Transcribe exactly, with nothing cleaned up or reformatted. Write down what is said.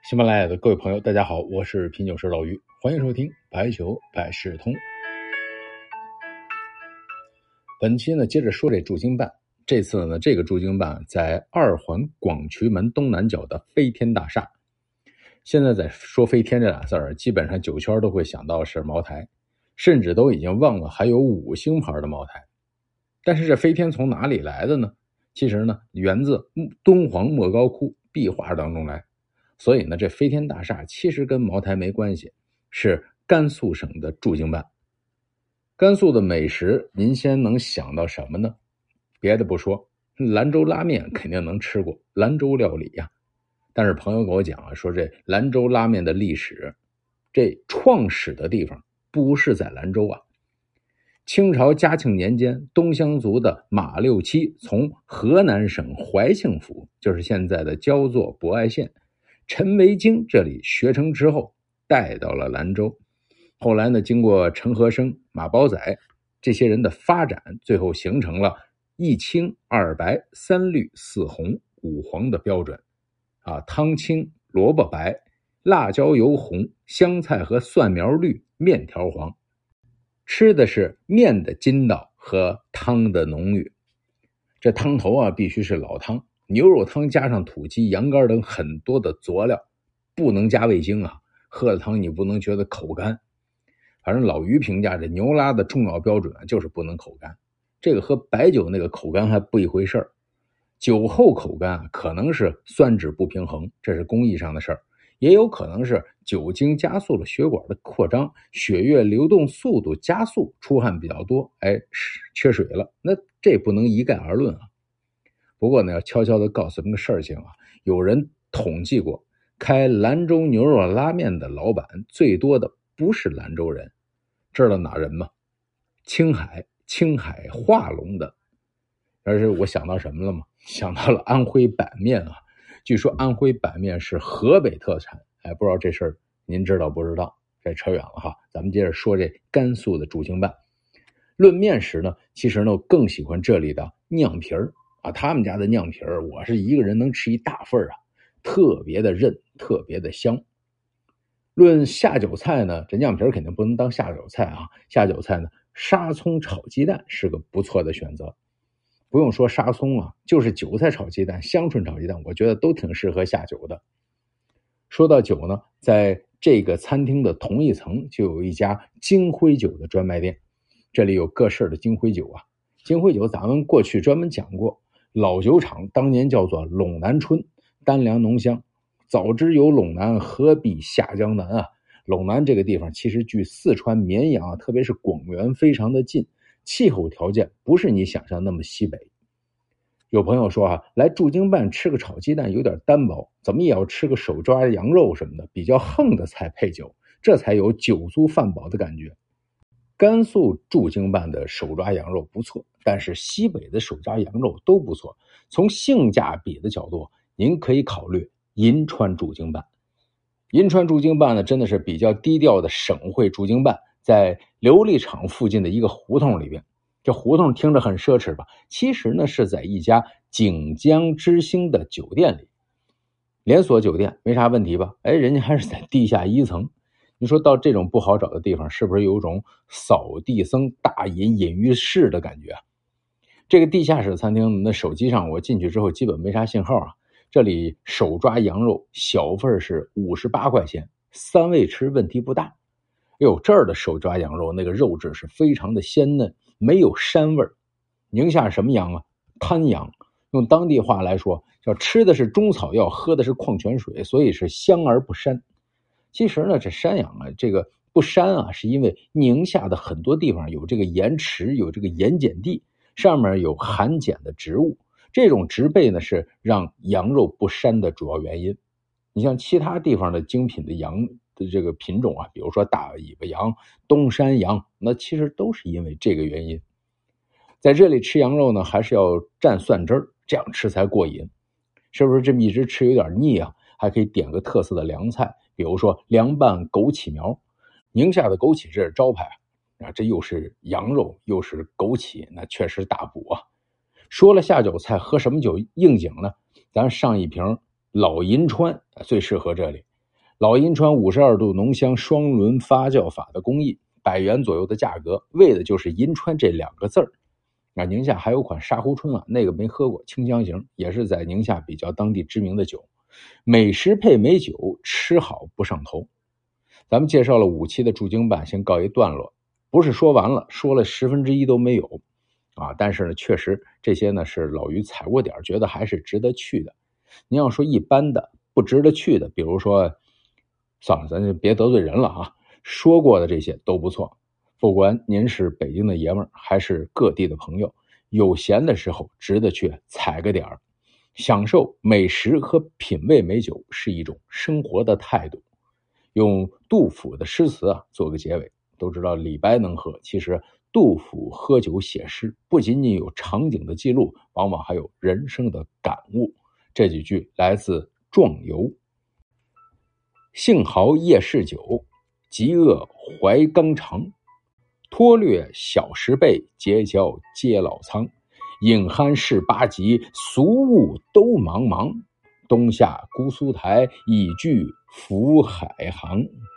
喜马拉雅的各位朋友大家好，我是品酒师老于，欢迎收听白酒百事通。本期呢接着说这驻京办，这次呢这个驻京办在二环广渠门东南角的飞天大厦。现在在说飞天这俩字儿，基本上酒圈都会想到是茅台，甚至都已经忘了还有五星牌的茅台。但是这飞天从哪里来的呢？其实呢源自敦煌莫高窟壁画当中来。所以呢，这飞天大厦其实跟茅台没关系，是甘肃省的驻京办。甘肃的美食，您先能想到什么呢？别的不说，兰州拉面肯定能吃过，兰州料理呀、啊。但是朋友跟我讲啊，说这兰州拉面的历史，这创始的地方不是在兰州啊。清朝嘉庆年间，东乡族的马六七从河南省怀庆府，就是现在的焦作博爱县陈维京这里学成之后带到了兰州，后来呢经过陈和生、马宝仔这些人的发展，最后形成了一青二白三绿四红五黄的标准啊，汤青萝卜白辣椒油红香菜和蒜苗绿面条黄，吃的是面的筋道和汤的浓郁。这汤头啊必须是老汤，牛肉汤加上土鸡、羊肝等很多的佐料，不能加味精啊，喝了汤你不能觉得口干。反正老于评价这牛拉的重要标准就是不能口干，这个和白酒那个口干还不一回事儿。酒后口干可能是酸质不平衡，这是工艺上的事儿，也有可能是酒精加速了血管的扩张，血液流动速度加速，出汗比较多，哎，缺水了，那这不能一概而论啊。不过呢，要悄悄的告诉你个事情啊，有人统计过，开兰州牛肉拉面的老板最多的不是兰州人，知道哪人吗？青海，青海化隆的。而是我想到什么了吗？想到了安徽板面啊。据说安徽板面是河北特产，哎，不知道这事儿您知道不知道？这扯远了哈，咱们接着说这甘肃的驻京办。论面食呢，其实呢我更喜欢这里的酿皮儿啊，他们家的酿皮儿，我是一个人能吃一大份啊，特别的韧，特别的香。论下酒菜呢，这酿皮儿肯定不能当下酒菜啊，下酒菜呢，沙葱炒鸡蛋是个不错的选择。不用说沙葱啊，就是韭菜炒鸡蛋、香椿炒鸡蛋，我觉得都挺适合下酒的。说到酒呢，在这个餐厅的同一层就有一家金徽酒的专卖店，这里有各式的金徽酒啊。金徽酒咱们过去专门讲过，老酒厂当年叫做陇南春，单凉浓香。早知有陇南，何必下江南啊？陇南这个地方其实距四川、绵阳，特别是广元非常的近，气候条件不是你想象那么西北。有朋友说啊，来驻京办吃个炒鸡蛋有点单薄，怎么也要吃个手抓羊肉什么的，比较横的菜配酒，这才有酒足饭饱的感觉。甘肃驻京办的手抓羊肉不错，但是西北的手抓羊肉都不错。从性价比的角度，您可以考虑银川驻京办。银川驻京办呢，真的是比较低调的省会驻京办，在琉璃厂附近的一个胡同里边。这胡同听着很奢侈吧？其实呢是在一家锦江之星的酒店里，连锁酒店没啥问题吧？哎，人家还是在地下一层。你说到这种不好找的地方，是不是有种扫地僧大隐隐于市的感觉啊？这个地下室餐厅，那手机上我进去之后基本没啥信号啊。这里手抓羊肉小份是五十八块钱，三位吃问题不大。哎呦，这儿的手抓羊肉那个肉质是非常的鲜嫩，没有膻味。宁夏什么羊啊？滩羊。用当地话来说，叫吃的是中草药，喝的是矿泉水，所以是香而不膻。其实呢，这山羊啊，这个不膻啊，是因为宁夏的很多地方有这个盐池，有这个盐碱地，上面有含碱的植物，这种植被呢是让羊肉不膻的主要原因。你像其他地方的精品的羊的这个品种啊，比如说大尾巴羊、东山羊，那其实都是因为这个原因。在这里吃羊肉呢，还是要蘸蒜汁儿，这样吃才过瘾。是不是这么一直吃有点腻啊？还可以点个特色的凉菜，比如说凉拌枸杞苗。宁夏的枸杞这是招牌啊，这又是羊肉又是枸杞，那确实大补啊。说了下酒菜，喝什么酒应景呢？咱上一瓶老银川最适合这里。 老银川五十二度浓香双轮发酵法的工艺，百元左右的价格，为的就是银川这两个字儿。啊，宁夏还有款沙湖春啊，那个没喝过，清香型，也是在宁夏比较当地知名的酒。美食配美酒，吃好不上头。咱们介绍了五期的驻京办，先告一段落。不是说完了，说了十分之一都没有啊。但是呢，确实这些呢是老于踩过点，觉得还是值得去的。您要说一般的不值得去的，比如说，算了，咱就别得罪人了啊。说过的这些都不错。不管您是北京的爷们儿，还是各地的朋友，有闲的时候值得去踩个点儿。享受美食和品味美酒是一种生活的态度。用杜甫的诗词啊做个结尾。都知道李白能喝，其实杜甫喝酒写诗不仅仅有场景的记录，往往还有人生的感悟。这几句来自《壮游》：幸好夜市酒，饥饿怀肛肠。脱略小十倍，结交皆老仓。饮酣试八极，俗物都茫茫。东下姑苏台，已据福海航。